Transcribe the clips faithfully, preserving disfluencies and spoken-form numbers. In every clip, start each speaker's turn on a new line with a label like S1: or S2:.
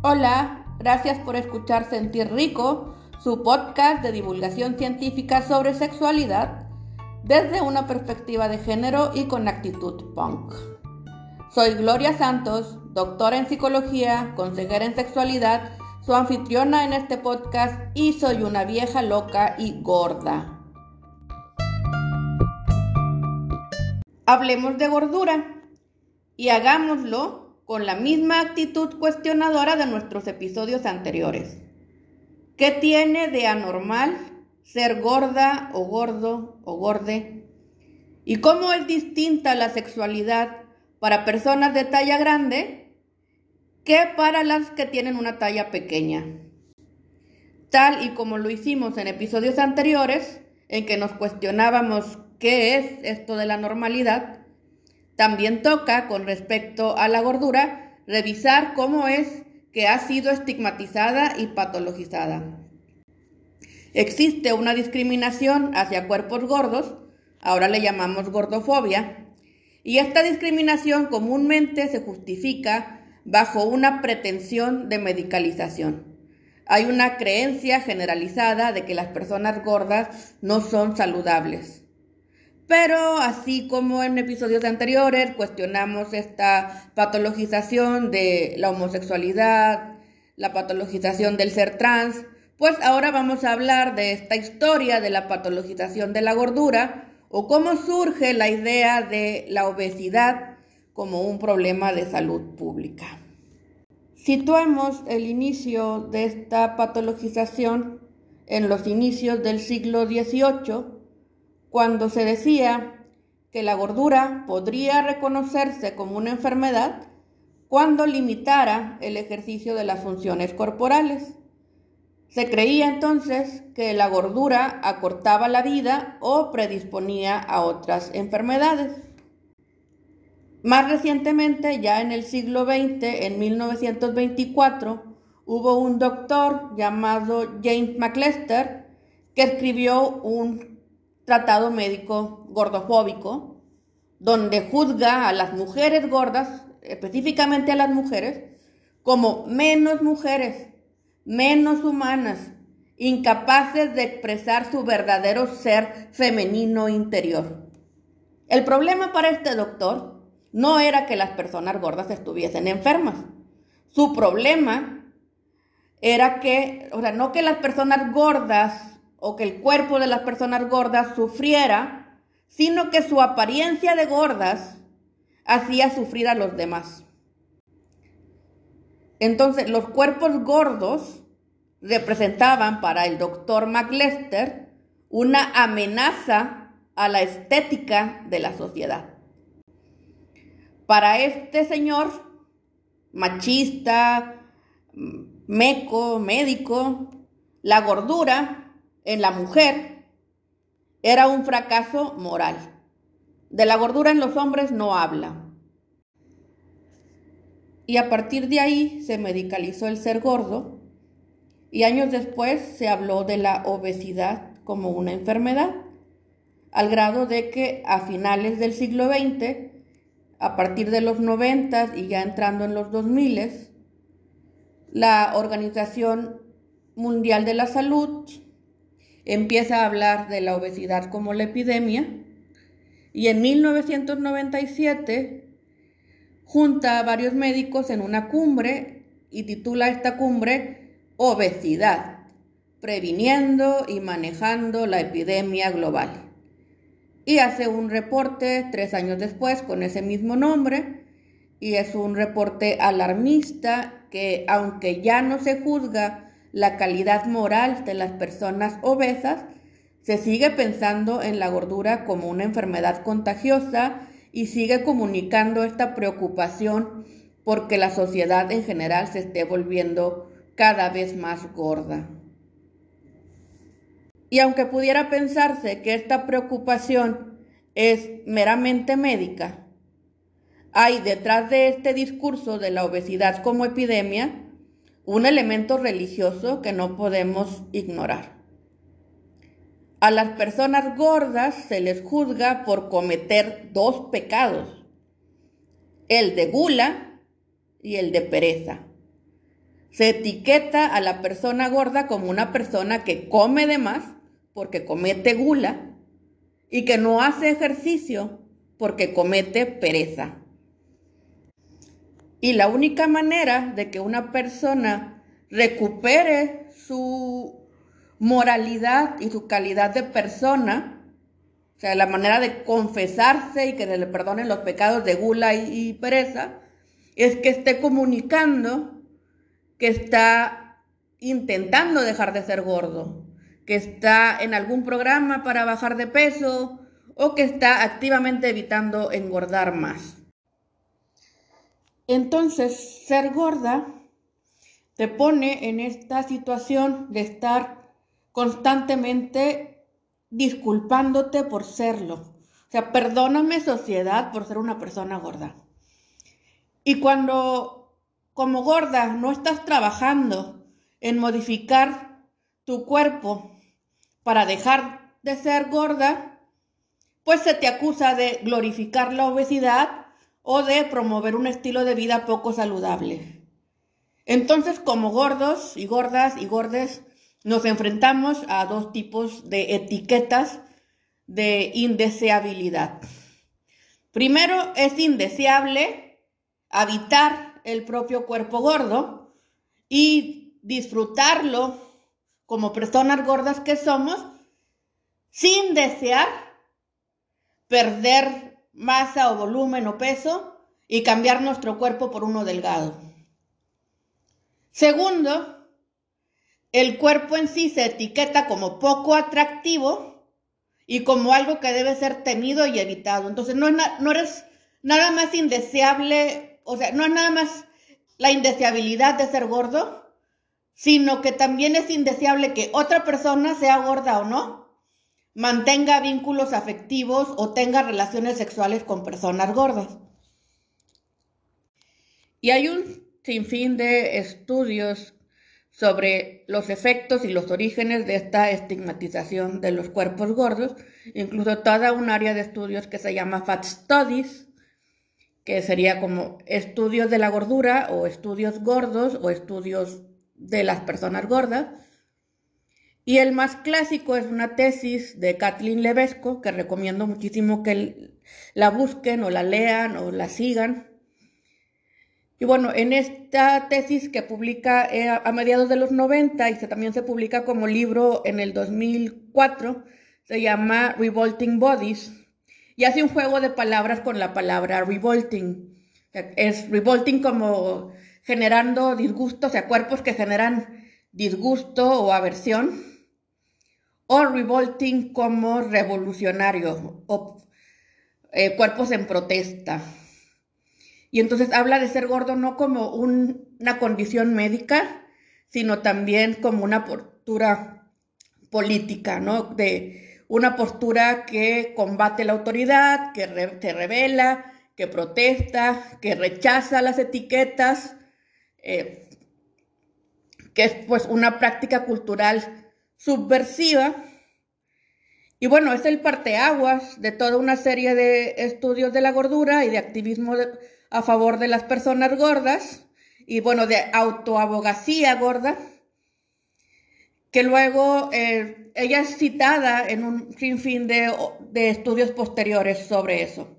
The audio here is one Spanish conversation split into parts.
S1: Hola, gracias por escuchar Sentir Rico, su podcast de divulgación científica sobre sexualidad desde una perspectiva de género y con actitud punk. Soy Gloria Santos, doctora en psicología, consejera en sexualidad, su anfitriona en este podcast y soy una vieja loca y gorda. Hablemos de gordura y hagámoslo con la misma actitud cuestionadora de nuestros episodios anteriores. ¿Qué tiene de anormal ser gorda o gordo o gorde? ¿Y cómo es distinta la sexualidad para personas de talla grande que para las que tienen una talla pequeña? Tal y como lo hicimos en episodios anteriores, en que nos cuestionábamos qué es esto de la normalidad, también toca, con respecto a la gordura, revisar cómo es que ha sido estigmatizada y patologizada. Existe una discriminación hacia cuerpos gordos, ahora le llamamos gordofobia, y esta discriminación comúnmente se justifica bajo una pretensión de medicalización. Hay una creencia generalizada de que las personas gordas no son saludables. Pero así como en episodios anteriores cuestionamos esta patologización de la homosexualidad, la patologización del ser trans, pues ahora vamos a hablar de esta historia de la patologización de la gordura o cómo surge la idea de la obesidad como un problema de salud pública. Situemos el inicio de esta patologización en los inicios del siglo dieciocho, cuando se decía que la gordura podría reconocerse como una enfermedad cuando limitara el ejercicio de las funciones corporales. Se creía entonces que la gordura acortaba la vida o predisponía a otras enfermedades. Más recientemente, ya en el siglo veinte, en mil novecientos veinticuatro, hubo un doctor llamado James McAllister que escribió un tratado médico gordofóbico, donde juzga a las mujeres gordas, específicamente a las mujeres, como menos mujeres, menos humanas, incapaces de expresar su verdadero ser femenino interior. El problema para este doctor no era que las personas gordas estuviesen enfermas. Su problema era que, o sea, no que las personas gordas o que el cuerpo de las personas gordas sufriera, sino que su apariencia de gordas hacía sufrir a los demás. Entonces, los cuerpos gordos representaban para el doctor McAllister una amenaza a la estética de la sociedad. Para este señor, machista, meco, médico, la gordura en la mujer era un fracaso moral. De la gordura en los hombres no habla. Y a partir de ahí se medicalizó el ser gordo y años después se habló de la obesidad como una enfermedad, al grado de que a finales del siglo veinte, a partir de los noventas y ya entrando en los dos miles, la Organización Mundial de la Salud empieza a hablar de la obesidad como la epidemia y en mil novecientos noventa y siete junta a varios médicos en una cumbre y titula esta cumbre Obesidad, previniendo y manejando la epidemia global. Y hace un reporte tres años después con ese mismo nombre y es un reporte alarmista que, aunque ya no se juzga la calidad moral de las personas obesas, se sigue pensando en la gordura como una enfermedad contagiosa y sigue comunicando esta preocupación porque la sociedad en general se esté volviendo cada vez más gorda. Y aunque pudiera pensarse que esta preocupación es meramente médica, hay detrás de este discurso de la obesidad como epidemia un elemento religioso que no podemos ignorar. A las personas gordas se les juzga por cometer dos pecados, el de gula y el de pereza. se etiqueta a la persona gorda como una persona que come de más porque comete gula y que no hace ejercicio porque comete pereza. Y la única manera de que una persona recupere su moralidad y su calidad de persona, o sea, la manera de confesarse y que se le perdonen los pecados de gula y, y pereza, es que esté comunicando que está intentando dejar de ser gordo, que está en algún programa para bajar de peso o que está activamente evitando engordar más. Entonces, ser gorda te pone en esta situación de estar constantemente disculpándote por serlo. O sea, perdóname, sociedad, por ser una persona gorda. Y cuando, como gorda, no estás trabajando en modificar tu cuerpo para dejar de ser gorda, pues se te acusa de glorificar la obesidad o de promover un estilo de vida poco saludable. Entonces, como gordos y gordas y gordes, nos enfrentamos a dos tipos de etiquetas de indeseabilidad. Primero, es indeseable habitar el propio cuerpo gordo y disfrutarlo como personas gordas que somos, sin desear perder masa o volumen o peso y cambiar nuestro cuerpo por uno delgado. Segundo, el cuerpo en sí se etiqueta como poco atractivo y como algo que debe ser temido y evitado. Entonces no, es na- no eres nada más indeseable, o sea, no es nada más la indeseabilidad de ser gordo, sino que también es indeseable que otra persona, sea gorda o no, mantenga vínculos afectivos o tenga relaciones sexuales con personas gordas. Y hay un sinfín de estudios sobre los efectos y los orígenes de esta estigmatización de los cuerpos gordos, incluso toda un área de estudios que se llama Fat Studies, que sería como estudios de la gordura o estudios gordos o estudios de las personas gordas. Y el más clásico es una tesis de Kathleen Levesco, que recomiendo muchísimo que la busquen o la lean o la sigan. Y bueno, en esta tesis que publica eh, a mediados de los noventa y se, también se publica como libro en el dos mil cuatro, se llama Revolting Bodies y hace un juego de palabras con la palabra revolting. Es revolting como generando disgusto, o sea, cuerpos que generan disgusto o aversión, o revolting como revolucionario, o eh, cuerpos en protesta. Y entonces habla de ser gordo no como un, una condición médica, sino también como una postura política, ¿no? De una postura que combate la autoridad, que re, se revela, que protesta, que rechaza las etiquetas, eh, que es pues una práctica cultural subversiva. Y bueno, es el parteaguas de toda una serie de estudios de la gordura y de activismo de, a favor de las personas gordas y bueno, de autoabogacía gorda, que luego eh, ella es citada en un sinfín de, de estudios posteriores sobre eso.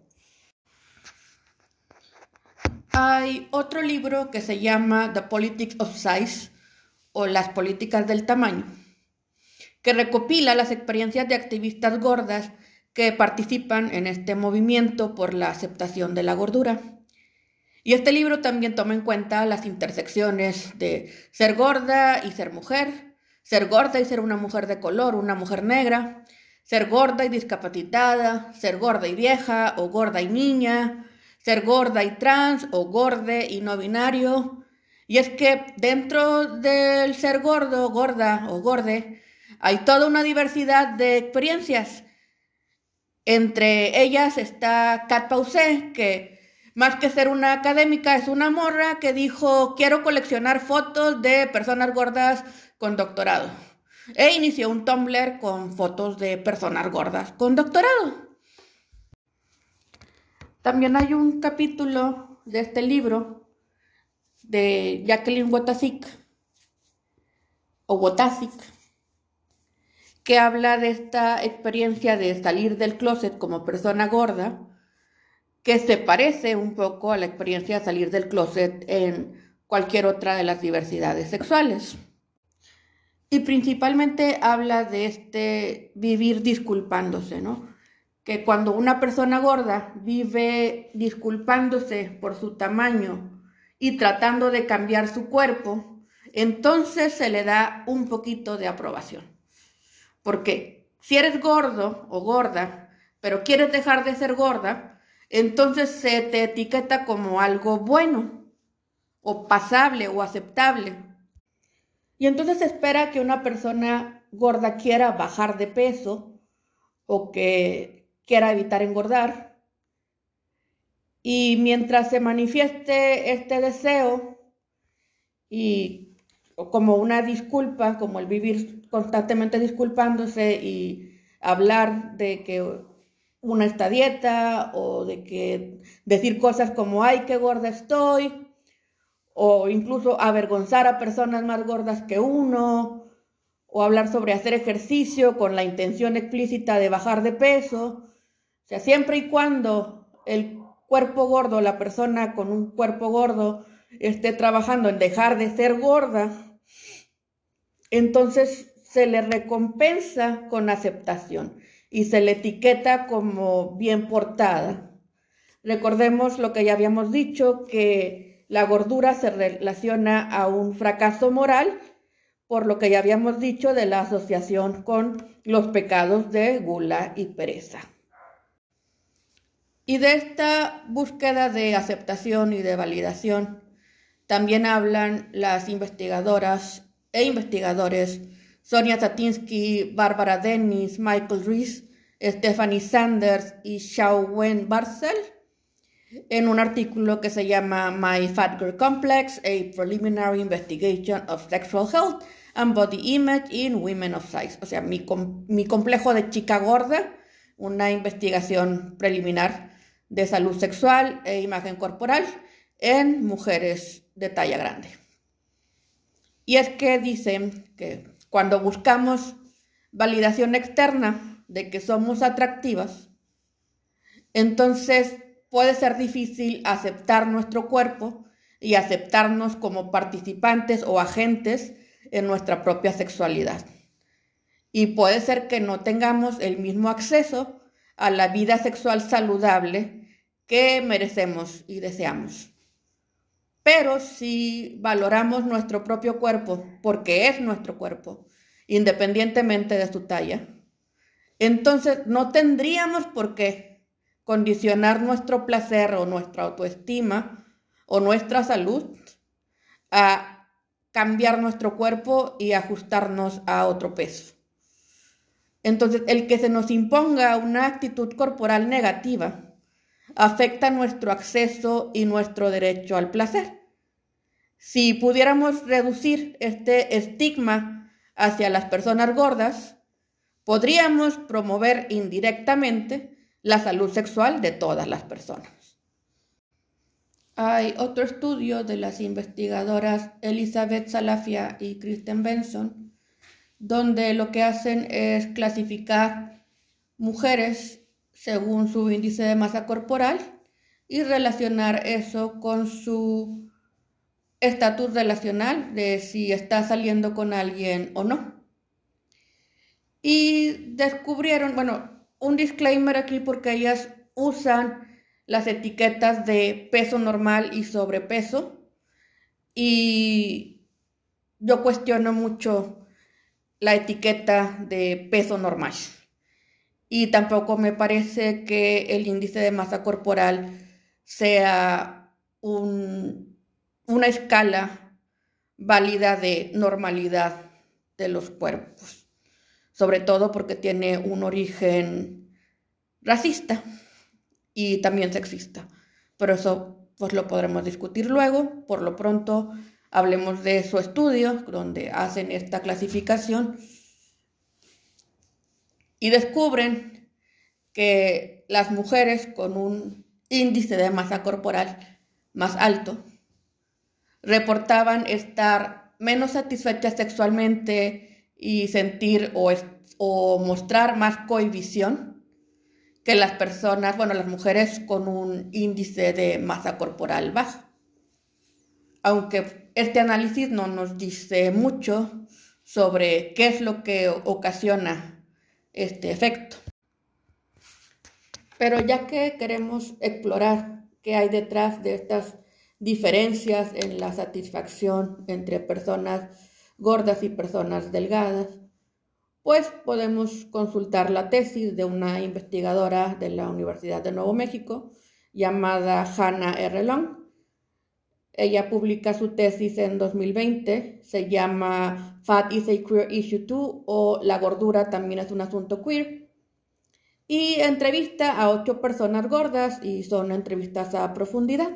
S1: Hay otro libro que se llama The Politics of Size o Las políticas del tamaño, que recopila las experiencias de activistas gordas que participan en este movimiento por la aceptación de la gordura. Y este libro también toma en cuenta las intersecciones de ser gorda y ser mujer, ser gorda y ser una mujer de color, una mujer negra, ser gorda y discapacitada, ser gorda y vieja o gorda y niña, ser gorda y trans o gorde y no binario. Y es que dentro del ser gordo, gorda o gorde, hay toda una diversidad de experiencias. Entre ellas está Cat Pausé, que más que ser una académica es una morra que dijo quiero coleccionar fotos de personas gordas con doctorado. E inició un Tumblr con fotos de personas gordas con doctorado. También hay un capítulo de este libro de Jacqueline Wotasik o Wojtaszek, que habla de esta experiencia de salir del closet como persona gorda, que se parece un poco a la experiencia de salir del closet en cualquier otra de las diversidades sexuales. Y principalmente habla de este vivir disculpándose, ¿no? Que cuando una persona gorda vive disculpándose por su tamaño y tratando de cambiar su cuerpo, entonces se le da un poquito de aprobación. Porque si eres gordo o gorda, pero quieres dejar de ser gorda, entonces se te etiqueta como algo bueno, o pasable, o aceptable. Y entonces se espera que una persona gorda quiera bajar de peso o que quiera evitar engordar. Y mientras se manifieste este deseo y como una disculpa, como el vivir constantemente disculpándose y hablar de que una está a dieta o de que decir cosas como ay, qué gorda estoy, o incluso avergonzar a personas más gordas que uno, o hablar sobre hacer ejercicio con la intención explícita de bajar de peso. O sea, siempre y cuando el cuerpo gordo, la persona con un cuerpo gordo, esté trabajando en dejar de ser gorda, entonces se le recompensa con aceptación y se le etiqueta como bien portada. Recordemos lo que ya habíamos dicho, que la gordura se relaciona a un fracaso moral, por lo que ya habíamos dicho de la asociación con los pecados de gula y pereza. Y de esta búsqueda de aceptación y de validación también hablan las investigadoras e investigadores Sonia Satinsky, Barbara Dennis, Michael Rees, Stephanie Sanders y Xiaowen Barcel en un artículo que se llama My Fat Girl Complex, a Preliminary Investigation of Sexual Health and Body Image in Women of Size. O sea, mi, com mi complejo de chica gorda, una investigación preliminar de salud sexual e imagen corporal en mujeres de talla grande. Y es que dicen que cuando buscamos validación externa de que somos atractivas, entonces puede ser difícil aceptar nuestro cuerpo y aceptarnos como participantes o agentes en nuestra propia sexualidad. Y puede ser que no tengamos el mismo acceso a la vida sexual saludable que merecemos y deseamos. Pero si valoramos nuestro propio cuerpo, porque es nuestro cuerpo, independientemente de su talla, entonces no tendríamos por qué condicionar nuestro placer o nuestra autoestima o nuestra salud a cambiar nuestro cuerpo y ajustarnos a otro peso. Entonces, el que se nos imponga una actitud corporal negativa afecta nuestro acceso y nuestro derecho al placer. Si pudiéramos reducir este estigma hacia las personas gordas, podríamos promover indirectamente la salud sexual de todas las personas. Hay otro estudio de las investigadoras Elizabeth Salafia y Kristen Benson, donde lo que hacen es clasificar mujeres según su índice de masa corporal y relacionar eso con su estatus relacional de si está saliendo con alguien o no. Y descubrieron, bueno, un disclaimer aquí porque ellas usan las etiquetas de peso normal y sobrepeso y yo cuestiono mucho la etiqueta de peso normal. Y tampoco me parece que el índice de masa corporal sea un, una escala válida de normalidad de los cuerpos, sobre todo porque tiene un origen racista y también sexista. Pero eso pues lo podremos discutir luego. Por lo pronto hablemos de su estudio donde hacen esta clasificación y descubren que las mujeres con un índice de masa corporal más alto reportaban estar menos satisfechas sexualmente y sentir o, es, o mostrar más cohibición que las personas, bueno, las mujeres con un índice de masa corporal bajo. Aunque este análisis no nos dice mucho sobre qué es lo que ocasiona este efecto. Pero ya que queremos explorar qué hay detrás de estas diferencias en la satisfacción entre personas gordas y personas delgadas, pues podemos consultar la tesis de una investigadora de la Universidad de Nuevo México llamada Hannah R. Long. Ella publica su tesis en dos mil veinte, se llama Fat is a Queer Issue Too, o La gordura también es un asunto queer, y entrevista a ocho personas gordas y son entrevistas a profundidad.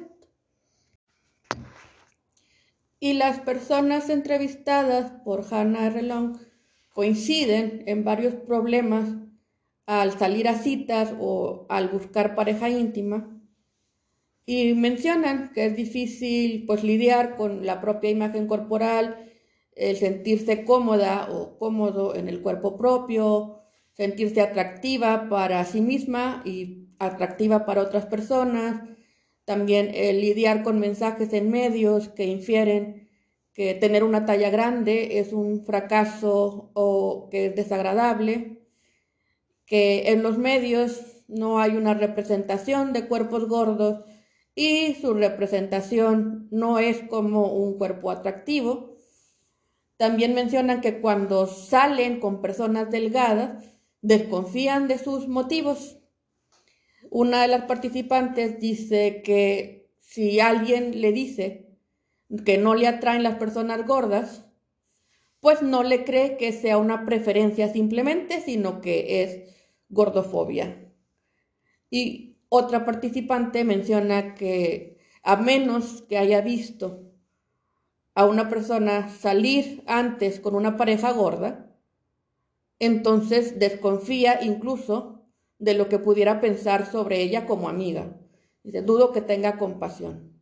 S1: Y las personas entrevistadas por Hannah R. Long coinciden en varios problemas al salir a citas o al buscar pareja íntima, y mencionan que es difícil pues lidiar con la propia imagen corporal, el sentirse cómoda o cómodo en el cuerpo propio, sentirse atractiva para sí misma y atractiva para otras personas, también el lidiar con mensajes en medios que infieren que tener una talla grande es un fracaso o que es desagradable, que en los medios no hay una representación de cuerpos gordos y su representación no es como un cuerpo atractivo. También mencionan que cuando salen con personas delgadas, desconfían de sus motivos. Una de las participantes dice que si alguien le dice que no le atraen las personas gordas, pues no le cree que sea una preferencia simplemente, sino que es gordofobia. Y otra participante menciona que a menos que haya visto a una persona salir antes con una pareja gorda, entonces desconfía incluso de lo que pudiera pensar sobre ella como amiga. Dice, dudo que tenga compasión.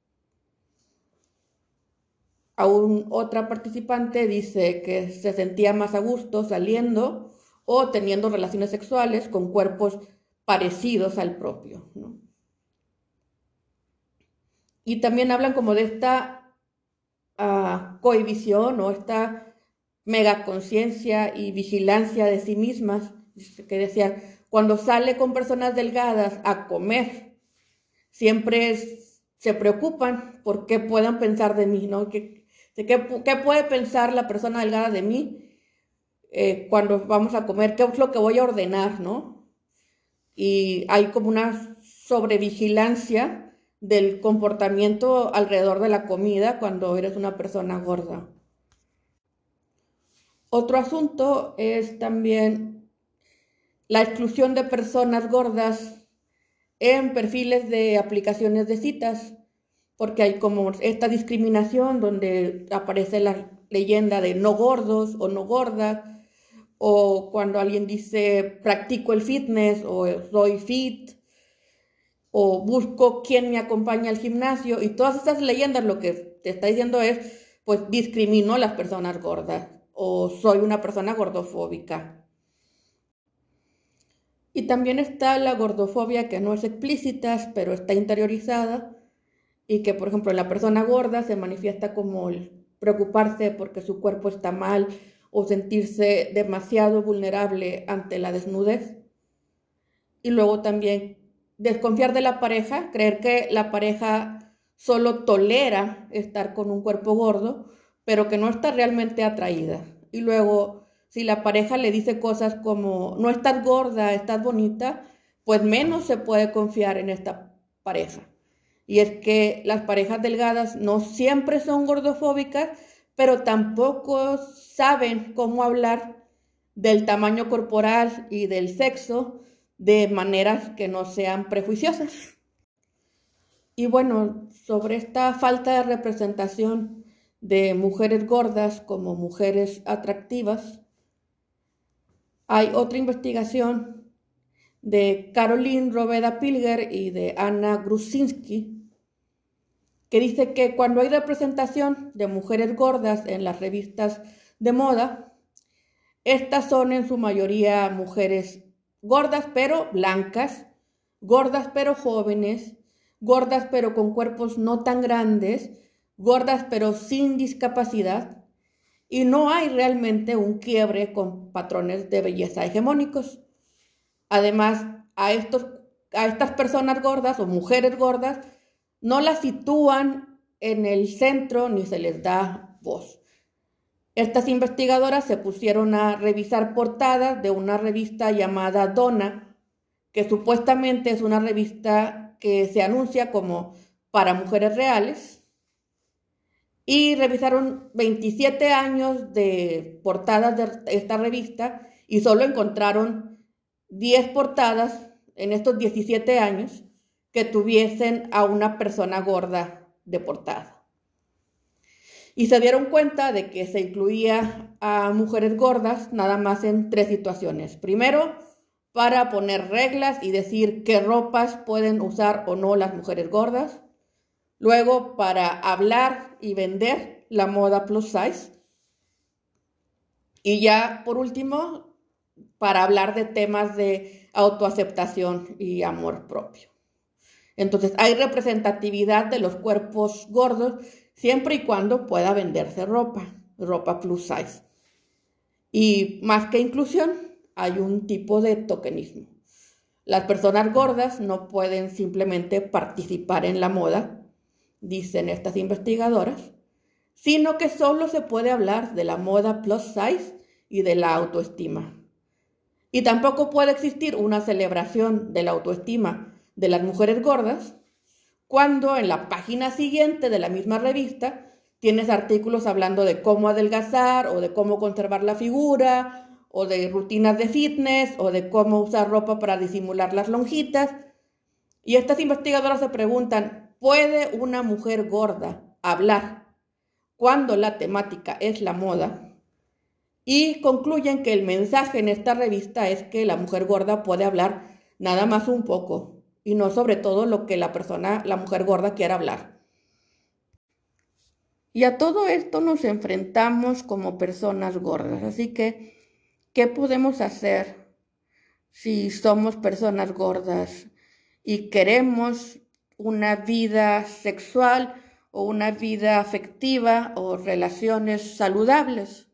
S1: Aún otra participante dice que se sentía más a gusto saliendo o teniendo relaciones sexuales con cuerpos parecidos al propio, ¿no? Y también hablan como de esta uh, cohibición o esta megaconciencia y vigilancia de sí mismas, que decían, cuando sale con personas delgadas a comer, siempre es, se preocupan por qué puedan pensar de mí, ¿no? ¿Qué, qué, qué puede pensar la persona delgada de mí eh, cuando vamos a comer? ¿Qué es lo que voy a ordenar, no? Y hay como una sobrevigilancia del comportamiento alrededor de la comida cuando eres una persona gorda. Otro asunto es también la exclusión de personas gordas en perfiles de aplicaciones de citas, porque hay como esta discriminación donde aparece la leyenda de no gordos o no gordas, o cuando alguien dice practico el fitness o soy fit, o busco quién me acompaña al gimnasio, y todas estas leyendas lo que te está diciendo es, pues discrimino a las personas gordas, o soy una persona gordofóbica. Y también está la gordofobia que no es explícita, pero está interiorizada, y que, por ejemplo, en la persona gorda se manifiesta como el preocuparse porque su cuerpo está mal o sentirse demasiado vulnerable ante la desnudez. Y luego también desconfiar de la pareja, creer que la pareja solo tolera estar con un cuerpo gordo, pero que no está realmente atraída. Y luego, si la pareja le dice cosas como, no estás gorda, estás bonita, pues menos se puede confiar en esta pareja. Y es que las parejas delgadas no siempre son gordofóbicas, pero tampoco saben cómo hablar del tamaño corporal y del sexo de maneras que no sean prejuiciosas. Y bueno, sobre esta falta de representación de mujeres gordas como mujeres atractivas, hay otra investigación de Caroline Roveda Pilger y de Anna Gruszynski que dice que cuando hay representación de mujeres gordas en las revistas de moda, estas son en su mayoría mujeres gordas pero blancas, gordas pero jóvenes, gordas pero con cuerpos no tan grandes, gordas pero sin discapacidad, y no hay realmente un quiebre con patrones de belleza hegemónicos. Además, a, estos, a estas personas gordas o mujeres gordas no las sitúan en el centro ni se les da voz. Estas investigadoras se pusieron a revisar portadas de una revista llamada Donna, que supuestamente es una revista que se anuncia como para mujeres reales, y revisaron veintisiete años de portadas de esta revista y solo encontraron diez portadas en estos diecisiete años que tuviesen a una persona gorda de portada. Y se dieron cuenta de que se incluía a mujeres gordas nada más en tres situaciones. Primero, para poner reglas y decir qué ropas pueden usar o no las mujeres gordas. Luego, para hablar y vender la moda plus size. Y ya, por último, para hablar de temas de autoaceptación y amor propio. Entonces, hay representatividad de los cuerpos gordos siempre y cuando pueda venderse ropa, ropa plus size. Y más que inclusión, hay un tipo de tokenismo. Las personas gordas no pueden simplemente participar en la moda, dicen estas investigadoras, sino que solo se puede hablar de la moda plus size y de la autoestima. Y tampoco puede existir una celebración de la autoestima de las mujeres gordas cuando en la página siguiente de la misma revista tienes artículos hablando de cómo adelgazar o de cómo conservar la figura o de rutinas de fitness o de cómo usar ropa para disimular las lonjitas. Y estas investigadoras se preguntan, ¿puede una mujer gorda hablar cuando la temática es la moda? Y concluyen que el mensaje en esta revista es que la mujer gorda puede hablar nada más un poco y no sobre todo lo que la persona, la mujer gorda quiera hablar. Y a todo esto nos enfrentamos como personas gordas. Así que, ¿qué podemos hacer si somos personas gordas y queremos una vida sexual o una vida afectiva o relaciones saludables?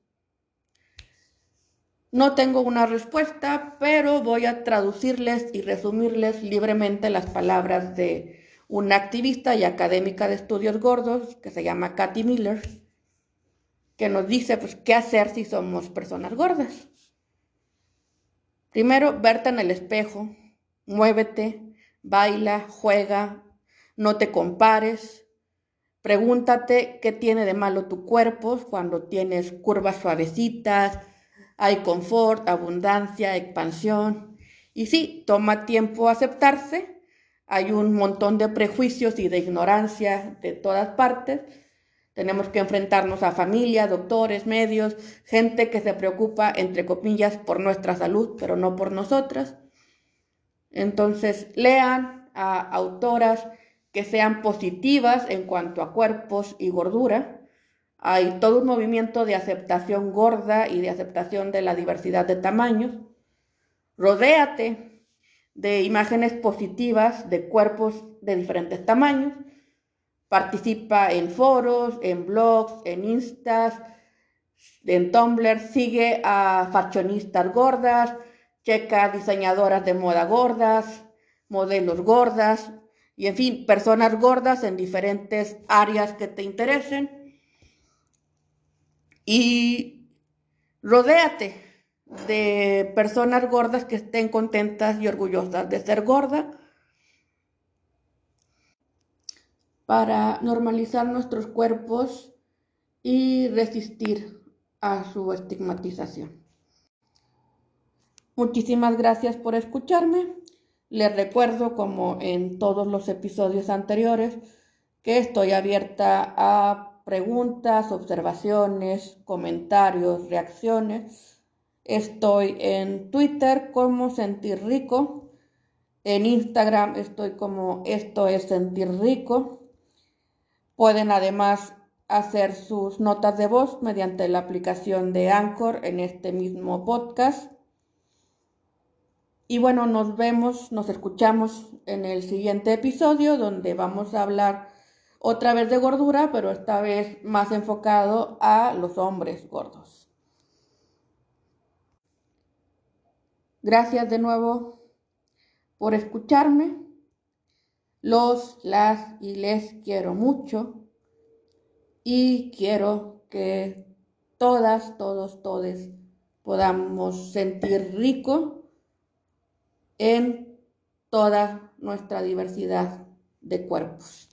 S1: No tengo una respuesta, pero voy a traducirles y resumirles libremente las palabras de una activista y académica de estudios gordos que se llama Kathy Miller, que nos dice pues, qué hacer si somos personas gordas. Primero, verte en el espejo, muévete, baila, juega, no te compares. Pregúntate qué tiene de malo tu cuerpo cuando tienes curvas suavecitas, hay confort, abundancia, expansión. Y sí, toma tiempo aceptarse. Hay un montón de prejuicios y de ignorancia de todas partes. Tenemos que enfrentarnos a familia, doctores, medios, gente que se preocupa, entre comillas, por nuestra salud, pero no por nosotras. Entonces, lean a autoras que sean positivas en cuanto a cuerpos y gordura. Hay todo un movimiento de aceptación gorda y de aceptación de la diversidad de tamaños. Rodéate de imágenes positivas de cuerpos de diferentes tamaños. Participa en foros, en blogs, en instas, en Tumblr. Sigue a fashionistas gordas, checa diseñadoras de moda gordas, modelos gordas y, en fin, personas gordas en diferentes áreas que te interesen. Y rodéate de personas gordas que estén contentas y orgullosas de ser gorda para normalizar nuestros cuerpos y resistir a su estigmatización. Muchísimas gracias por escucharme. Les recuerdo, como en todos los episodios anteriores, que estoy abierta a preguntas, observaciones, comentarios, reacciones. Estoy en Twitter como Sentir Rico. En Instagram estoy como Esto es Sentir Rico. Pueden además hacer sus notas de voz mediante la aplicación de Anchor en este mismo podcast. Y bueno, nos vemos, nos escuchamos en el siguiente episodio donde vamos a hablar otra vez de gordura, pero esta vez más enfocado a los hombres gordos. Gracias de nuevo por escucharme. Los, las y les quiero mucho y quiero que todas, todos, todes podamos sentir rico en toda nuestra diversidad de cuerpos.